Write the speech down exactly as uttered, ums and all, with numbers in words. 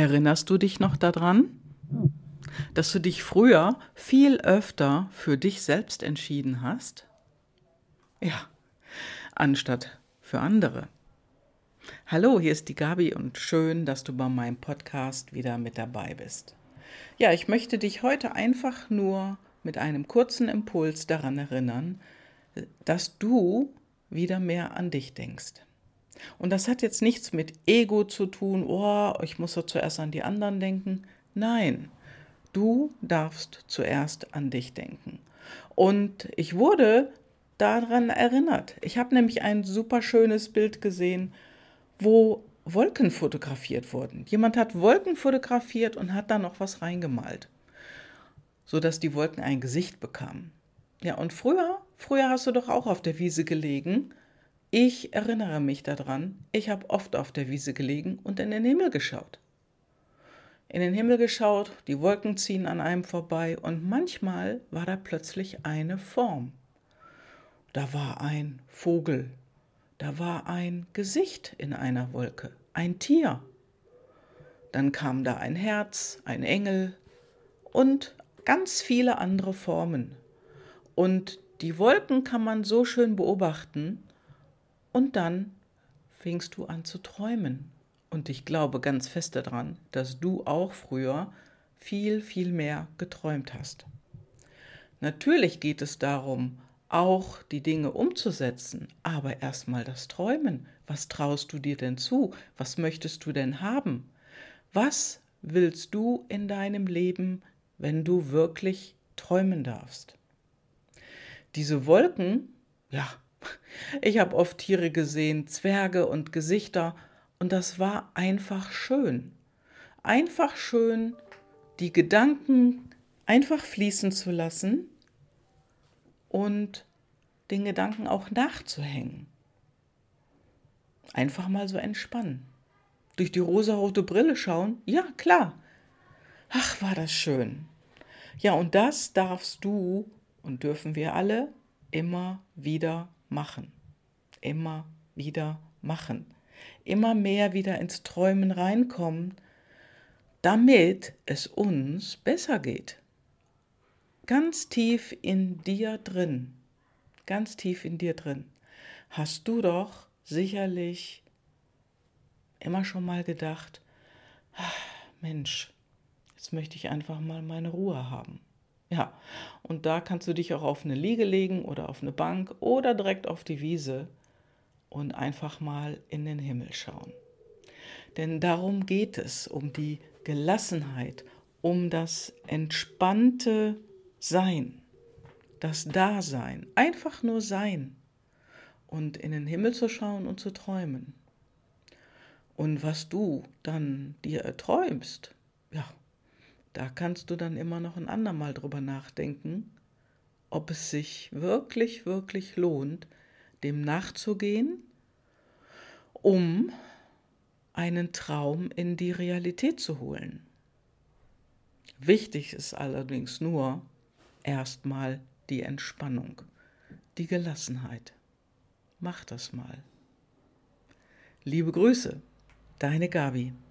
Erinnerst du dich noch daran, dass du dich früher viel öfter für dich selbst entschieden hast? Ja, anstatt für andere. Hallo, hier ist die Gabi und schön, dass du bei meinem Podcast wieder mit dabei bist. Ja, ich möchte dich heute einfach nur mit einem kurzen Impuls daran erinnern, dass du wieder mehr an dich denkst. Und das hat jetzt nichts mit Ego zu tun, oh, ich muss ja zuerst an die anderen denken. Nein, du darfst zuerst an dich denken. Und ich wurde daran erinnert. Ich habe nämlich ein super schönes Bild gesehen, wo Wolken fotografiert wurden. Jemand hat Wolken fotografiert und hat da noch was reingemalt, sodass die Wolken ein Gesicht bekamen. Ja, und früher, früher hast du doch auch auf der Wiese gelegen. Ich erinnere mich daran, ich habe oft auf der Wiese gelegen und in den Himmel geschaut. In den Himmel geschaut, die Wolken ziehen an einem vorbei und manchmal war da plötzlich eine Form. Da war ein Vogel, da war ein Gesicht in einer Wolke, ein Tier. Dann kam da ein Herz, ein Engel und ganz viele andere Formen. Und die Wolken kann man so schön beobachten und dann fingst du an zu träumen. Und ich glaube ganz fest daran, dass du auch früher viel, viel mehr geträumt hast. Natürlich geht es darum, auch die Dinge umzusetzen, aber erstmal das Träumen. Was traust du dir denn zu? Was möchtest du denn haben? Was willst du in deinem Leben, wenn du wirklich träumen darfst? Diese Wolken, ja, ich habe oft Tiere gesehen, Zwerge und Gesichter, und das war einfach schön. Einfach schön, die Gedanken einfach fließen zu lassen und den Gedanken auch nachzuhängen. Einfach mal so entspannen. Durch die rosarote Brille schauen, ja klar. Ach, war das schön. Ja, und das darfst du und dürfen wir alle immer wieder machen. Immer wieder machen. Immer mehr wieder ins Träumen reinkommen, damit es uns besser geht. Ganz tief in dir drin, ganz tief in dir drin, hast du doch sicherlich immer schon mal gedacht, ach, Mensch, jetzt möchte ich einfach mal meine Ruhe haben. Ja, und da kannst du dich auch auf eine Liege legen oder auf eine Bank oder direkt auf die Wiese und einfach mal in den Himmel schauen. Denn darum geht es, um die Gelassenheit, um das entspannte Sein, das Dasein, einfach nur sein und in den Himmel zu schauen und zu träumen. Und was du dann dir erträumst, ja, da kannst du dann immer noch ein andermal drüber nachdenken, ob es sich wirklich, wirklich lohnt, dem nachzugehen, um einen Traum in die Realität zu holen. Wichtig ist allerdings nur erstmal die Entspannung, die Gelassenheit. Mach das mal. Liebe Grüße, deine Gabi.